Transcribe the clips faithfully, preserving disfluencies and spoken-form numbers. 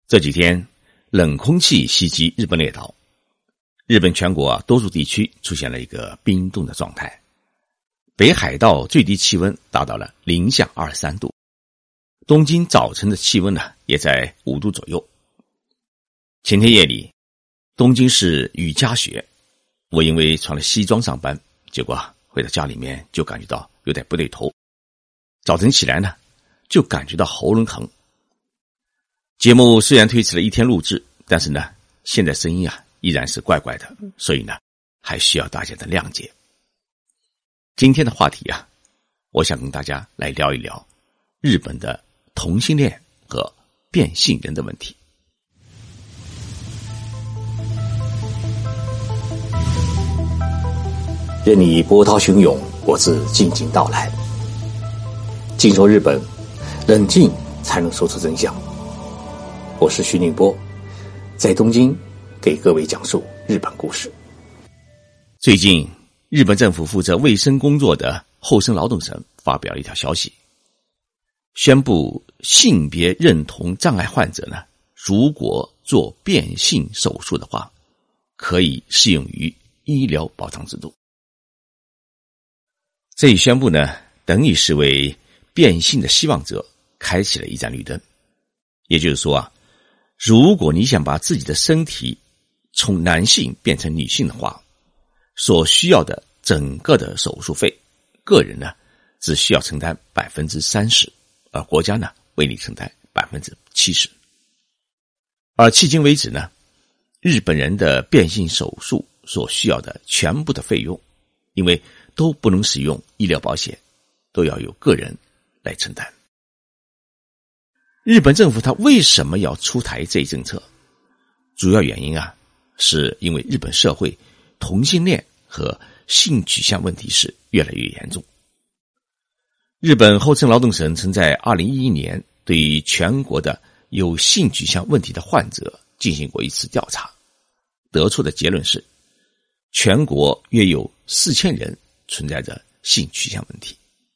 这几天冷空气袭击日本列岛，日本全国啊多数地区出现了一个冰冻的状态，北海道最低气温达到了零下二十三度，东京早晨的气温呢也在五度左右。前天夜里，东京市雨夹雪，我因为穿了西装上班，结果回到家里面就感觉到有点不对头，早晨起来呢就感觉到喉咙疼。节目虽然推迟了一天录制，但是呢现在声音啊依然是怪怪的，所以呢还需要大家的谅解。今天的话题啊，我想跟大家来聊一聊日本的同性恋和变性人的问题。 任你波涛汹涌，我自静静到来。静说日本，冷静才能说出真相。我是徐宁波，在东京给各位讲述日本故事。 最近，日本政府负责卫生工作的厚生劳动省发表了一条消息，宣布性别认同障碍患者呢，如果做变性手术的话，可以适用于医疗保障制度。这一宣布呢，等于是为变性的希望者开启了一盏绿灯。也就是说啊，如果你想把自己的身体从男性变成女性的话，所需要的整个的手术费，个人呢只需要承担 百分之三十， 而国家呢为你承担 百分之七十。 而迄今为止呢，日本人的变性手术所需要的全部的费用，因为都不能使用医疗保险，都要由个人来承担。日本政府它为什么要出台这一政策？主要原因啊，是因为日本社会同性恋和性取向问题是越来越严重。日本厚生劳动省曾在二零一一年对于全国的有性取向问题的患者进行过一次调查，得出的结论是，全国约有四千人存在着性取向问题。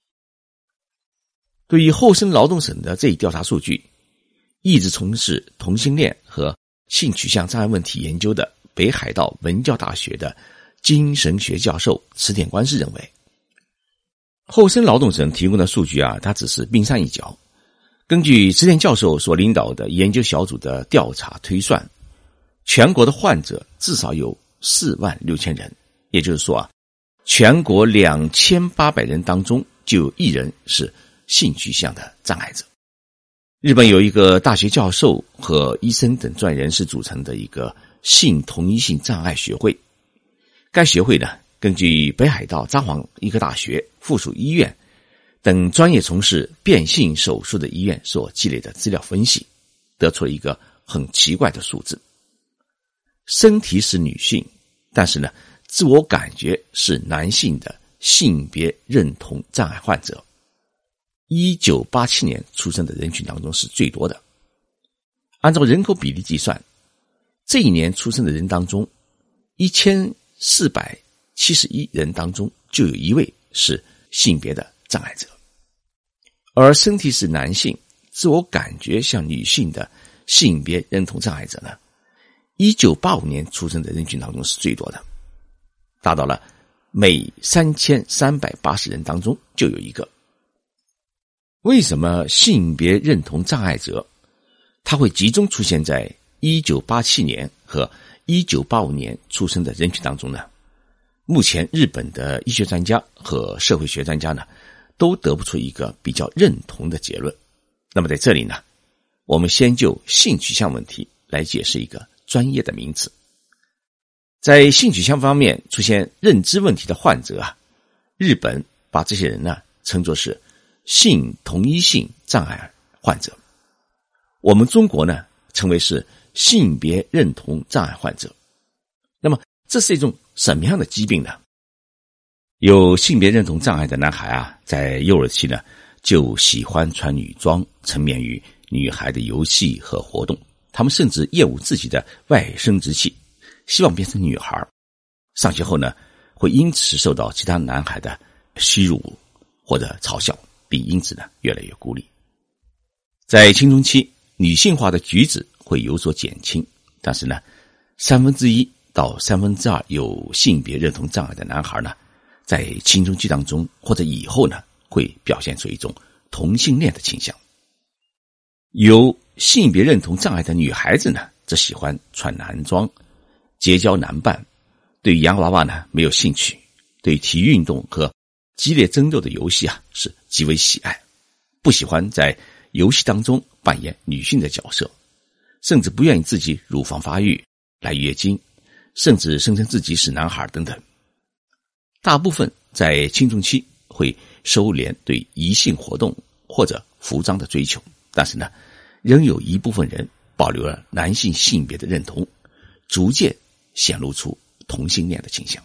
对于厚生劳动省的这一调查数据，一直从事同性恋和性取向障碍问题研究的北海道文教大学的精神学教授池田观世认为，厚生劳动省提供的数据啊，它只是冰山一角。根据池田教授所领导的研究小组的调查推算，全国的患者至少有四万六千人，也就是说啊，全国两千八百人当中就有一人是性取向的障碍者。日本有一个大学教授和医生等专业人士组成的一个性同一性障碍学会，该学会呢，根据北海道札幌医科大学附属医院等专业从事变性手术的医院所积累的资料分析，得出了一个很奇怪的数字。身体是女性，但是呢，自我感觉是男性的性别认同障碍患者，一九八七年出生的人群当中是最多的。按照人口比例计算，这一年出生的人当中，一千四百七十一人当中就有一位是性别的障碍者。而身体是男性，自我感觉像女性的性别认同障碍者呢，一九八五年出生的人群当中是最多的，达到了每三千三百八十人当中就有一个。为什么性别认同障碍者它会集中出现在一九八七年和一九八五年出生的人群当中呢？目前日本的医学专家和社会学专家呢，都得不出一个比较认同的结论。那么在这里呢，我们先就性取向问题来解释一个专业的名词。在性取向方面出现认知问题的患者啊，日本把这些人呢称作是性同一性障碍患者，我们中国呢称为是性别认同障碍患者。那么这是一种什么样的疾病呢？有性别认同障碍的男孩啊，在幼儿期呢就喜欢穿女装，沉湎于女孩的游戏和活动，他们甚至厌恶自己的外生殖器，希望变成女孩。上学后呢，会因此受到其他男孩的欺辱或者嘲笑，并因此呢越来越孤立。在青春期，女性化的举止会有所减轻，但是呢，三分之一到三分之二有性别认同障碍的男孩呢，在青春期当中或者以后呢，会表现出一种同性恋的倾向。有性别认同障碍的女孩子呢，则喜欢穿男装，结交男伴，对洋娃娃呢没有兴趣，对体育运动和激烈争斗的游戏啊是极为喜爱，不喜欢在游戏当中扮演女性的角色，甚至不愿意自己乳房发育来月经，甚至声称自己是男孩等等。大部分在青春期会收敛对异性活动或者服装的追求，但是呢，仍有一部分人保留了男性性别的认同，逐渐显露出同性恋的倾向。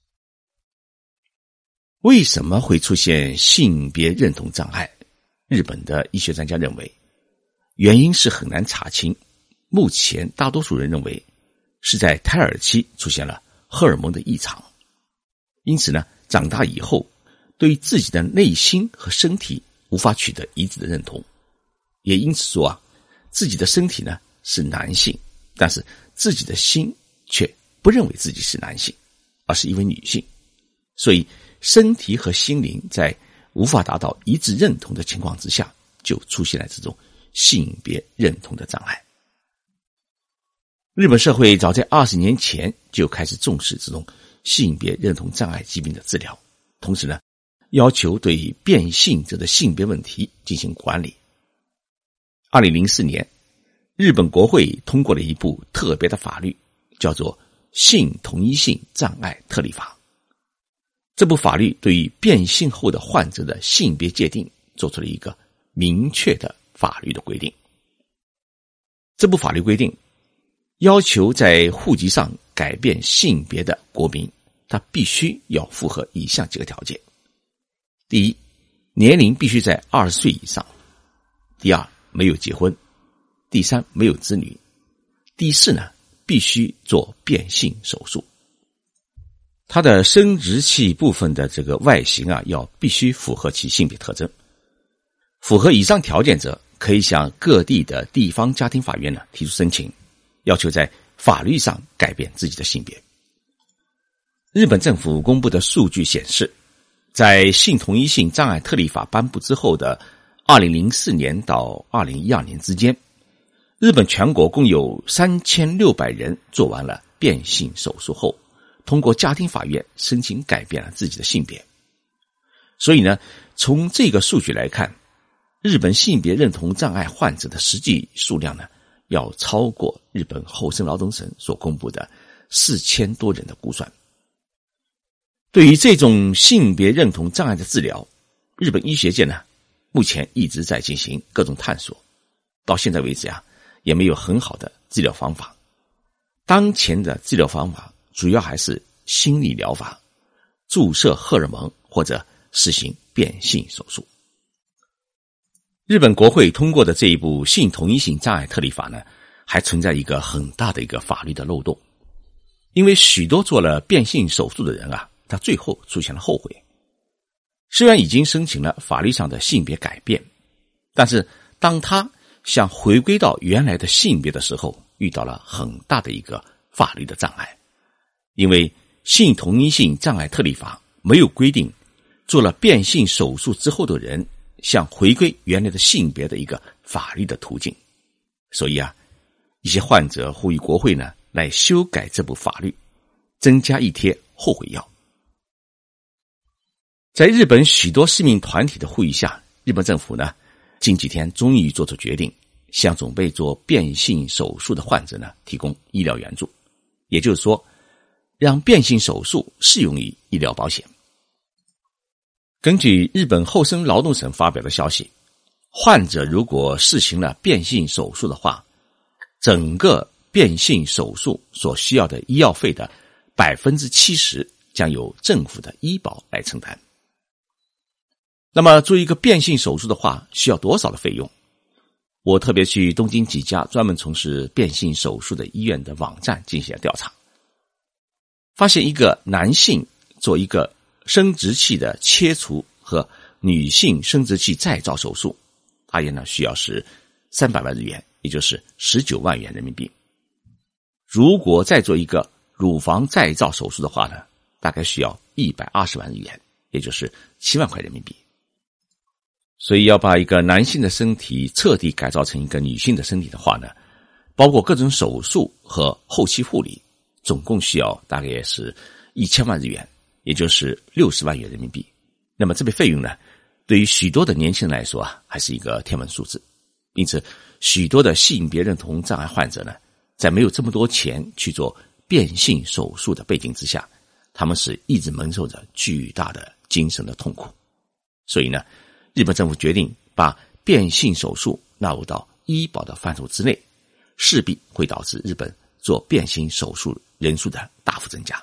为什么会出现性别认同障碍？日本的医学专家认为，原因是很难查清，目前大多数人认为是在胎儿期出现了荷尔蒙的异常，因此呢，长大以后对自己的内心和身体无法取得一致的认同，也因此说啊，自己的身体呢是男性，但是自己的心却不认为自己是男性，而是一位女性，所以身体和心灵在无法达到一致认同的情况之下，就出现了这种性别认同的障碍。日本社会早在二十年前就开始重视这种性别认同障碍疾病的治疗，同时呢，要求对变性者的性别问题进行管理。二零零四年，日本国会通过了一部特别的法律，叫做《性同一性障碍特例法》。这部法律对于变性后的患者的性别界定做出了一个明确的法律的规定。这部法律规定，要求在户籍上改变性别的国民，他必须要符合以下几个条件：第一，年龄必须在二十岁以上；第二，没有结婚；第三，没有子女；第四呢，必须做变性手术。它的生殖器部分的这个外形啊，要必须符合其性别特征。符合以上条件者，可以向各地的地方家庭法院呢提出申请，要求在法律上改变自己的性别。日本政府公布的数据显示，在性同一性障碍特例法颁布之后的二零零四年到二零一二年之间，日本全国共有三千六百人做完了变性手术后，通过家庭法院申请改变了自己的性别。所以呢，从这个数据来看，日本性别认同障碍患者的实际数量呢，要超过日本厚生劳动省所公布的四千多人的估算。对于这种性别认同障碍的治疗，日本医学界呢，目前一直在进行各种探索，到现在为止啊，也没有很好的治疗方法。当前的治疗方法主要还是心理疗法、注射荷尔蒙或者实行变性手术。日本国会通过的这一部性同一性障碍特例法呢，还存在一个很大的一个法律的漏洞。因为许多做了变性手术的人啊，他最后出现了后悔。虽然已经申请了法律上的性别改变，但是当他想回归到原来的性别的时候，遇到了很大的一个法律的障碍。因为性同一性障碍特例法没有规定做了变性手术之后的人想回归原来的性别的一个法律的途径，所以啊，一些患者呼吁国会呢来修改这部法律，增加一贴后悔药。在日本许多市民团体的呼吁下，日本政府呢近几天终于做出决定，向准备做变性手术的患者呢提供医疗援助，也就是说，让变性手术适用于医疗保险。根据日本厚生劳动省发表的消息，患者如果实行了变性手术的话，整个变性手术所需要的医药费的 百分之七十 将由政府的医保来承担。那么做一个变性手术的话，需要多少的费用？我特别去东京几家专门从事变性手术的医院的网站进行了调查，发现一个男性做一个生殖器的切除和女性生殖器再造手术，大约呢需要是三百万日元， 也就是十九万元人民币。如果再做一个乳房再造手术的话呢，大概需要一百二十万日元，也就是七万块人民币。所以要把一个男性的身体彻底改造成一个女性的身体的话呢，包括各种手术和后期护理，总共需要大概是一千万日元，也就是六十万元人民币。那么这笔费用呢，对于许多的年轻人来说啊，还是一个天文数字。因此许多的性别认同障碍患者呢，在没有这么多钱去做变性手术的背景之下，他们是一直蒙受着巨大的精神的痛苦。所以呢，日本政府决定把变性手术纳入到医保的范畴之内，势必会导致日本做变性手术人数的大幅增加。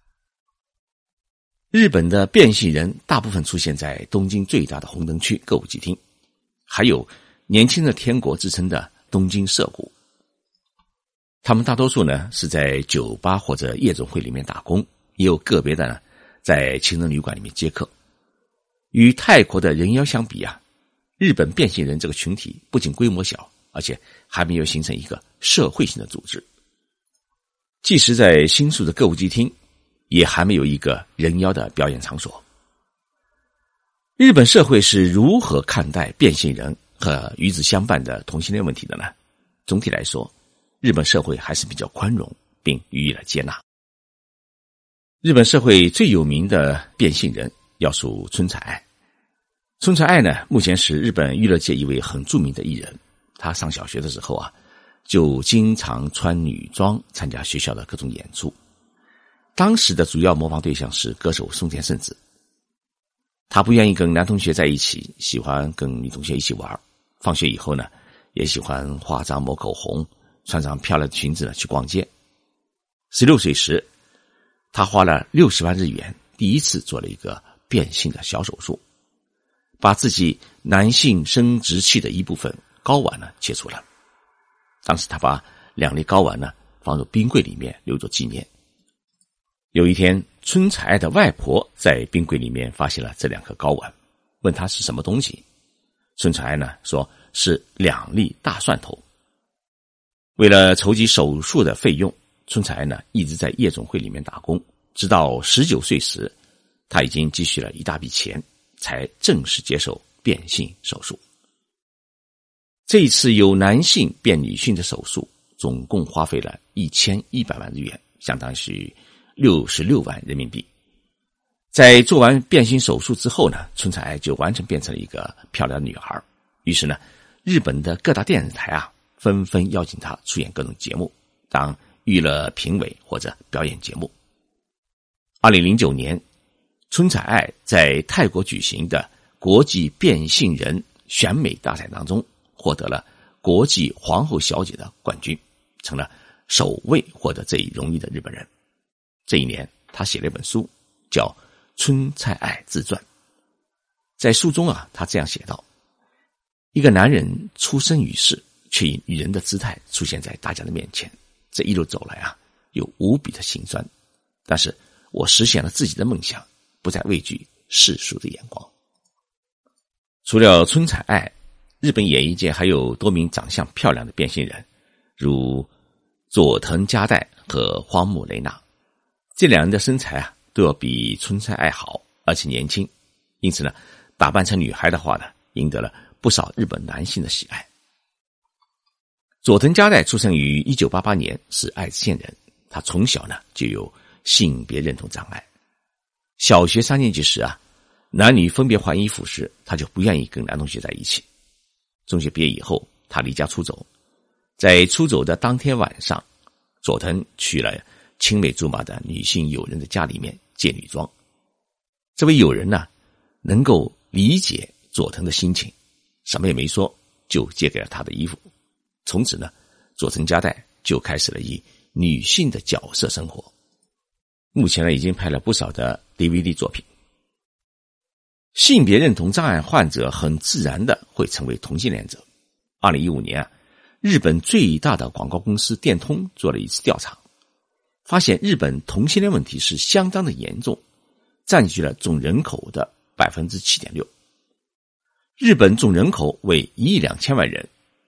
日本的变性人大部分出现在东京最大的红灯区歌舞伎町，还有年轻的天国之称的东京涩谷。他们大多数呢是在酒吧或者夜总会里面打工，也有个别的呢在情人旅馆里面接客。与泰国的人妖相比啊，日本变性人这个群体不仅规模小，而且还没有形成一个社会性的组织。即使在新宿的歌舞伎町，也还没有一个人妖的表演场所。日本社会是如何看待变性人和与之相伴的同性恋问题的呢？总体来说，日本社会还是比较宽容并予以了接纳。日本社会最有名的变性人要数春彩爱。春彩爱呢，目前是日本娱乐界一位很著名的艺人。他上小学的时候啊，就经常穿女装参加学校的各种演出。当时的主要模仿对象是歌手松田圣子。他不愿意跟男同学在一起，喜欢跟女同学一起玩。放学以后呢，也喜欢化妆抹口红，穿上漂亮的裙子呢去逛街。十六岁时，他花了六十万日元，第一次做了一个变性的小手术，把自己男性生殖器的一部分睾丸呢切除了。当时他把两粒睾丸呢放入冰柜里面留作纪念。有一天，春彩爱的外婆在冰柜里面发现了这两颗睾丸，问他是什么东西。春彩爱呢说是两粒大蒜头。为了筹集手术的费用，春彩爱呢一直在夜总会里面打工，直到十九岁时，他已经积蓄了一大笔钱，才正式接受变性手术。这一次由男性变女性的手术总共花费了一千一百万日元，相当于六十六万人民币。在做完变性手术之后呢，春彩爱就完全变成了一个漂亮的女孩。于是呢，日本的各大电视台啊纷纷邀请她出演各种节目，当娱乐评委或者表演节目。二零零九年，春彩爱在泰国举行的国际变性人选美大赛当中获得了国际皇后小姐的冠军，成了首位获得这一荣誉的日本人。这一年，他写了一本书，叫《春彩爱自传》。在书中啊，他这样写道：一个男人出生于世，却以女人的姿态出现在大家的面前，这一路走来啊，有无比的辛酸。但是我实现了自己的梦想，不再畏惧世俗的眼光。除了春彩爱，日本演艺界还有多名长相漂亮的变性人，如佐藤佳代和荒木雷娜。这两人的身材啊，都要比春彩爱好，而且年轻，因此呢，打扮成女孩的话呢，赢得了不少日本男性的喜爱。佐藤佳代出生于一九八八年，是爱知县人。他从小呢就有性别认同障碍。小学三年级时啊，男女分别换衣服时，他就不愿意跟男同学在一起。中学毕业以后，他离家出走。在出走的当天晚上，佐藤去了青梅竹马的女性友人的家里面借女装。这位友人呢，能够理解佐藤的心情，什么也没说，就借给了他的衣服。从此呢，佐藤佳代就开始了以女性的角色生活。目前呢，已经拍了不少的 D V D 作品。性别认同障碍患者很自然的会成为同性恋者。二零一五年啊，日本最大的广告公司电通做了一次调查，发现日本同性恋问题是相当的严重，占据了总人口的 百分之七点六。 日本总人口为一亿两千万人，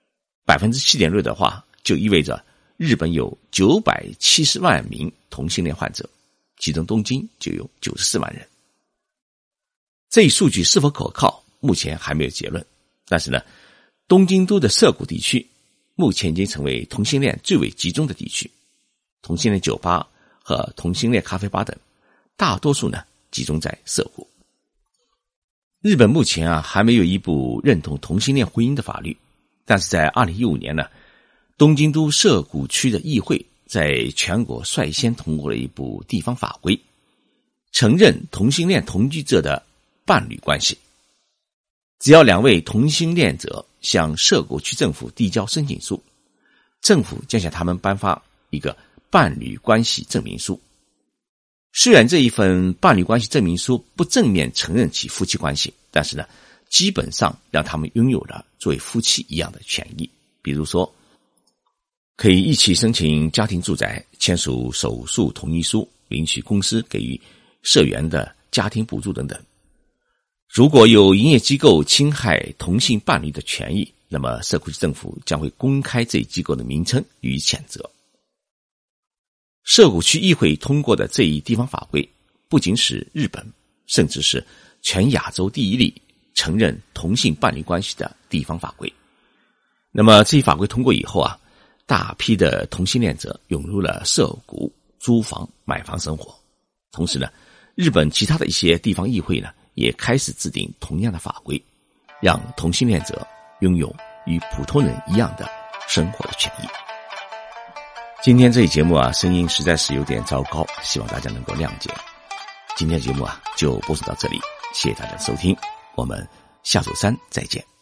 百分之七点六 的话，就意味着日本有九百七十万名同性恋患者，其中东京就有九十四万人。这一数据是否可靠，目前还没有结论。但是呢，东京都的涩谷地区目前已经成为同性恋最为集中的地区，同性恋酒吧和同性恋咖啡吧等，大多数呢集中在涩谷。日本目前啊还没有一部认同同性恋婚姻的法律，但是在二零一五年呢，东京都涩谷区的议会在全国率先通过了一部地方法规，承认同性恋同居者的伴侣关系。只要两位同性恋者向涩谷区政府递交申请书，政府将向他们颁发一个伴侣关系证明书。虽然这一份伴侣关系证明书不正面承认其夫妻关系，但是呢，基本上让他们拥有了作为夫妻一样的权益。比如说，可以一起申请家庭住宅，签署手术同意书，领取公司给予社员的家庭补助等等。如果有营业机构侵害同性伴侣的权益，那么涩谷区政府将会公开这一机构的名称予以谴责。涩谷区议会通过的这一地方法规，不仅使日本，甚至是全亚洲第一例承认同性伴侣关系的地方法规。那么这一法规通过以后啊，大批的同性恋者涌入了涩谷租房买房生活。同时呢，日本其他的一些地方议会呢，也开始制定同样的法规，让同性恋者拥有与普通人一样的生活的权益。今天这一节目啊，声音实在是有点糟糕，希望大家能够谅解。今天节目啊，就播送到这里，谢谢大家的收听，我们下周三再见。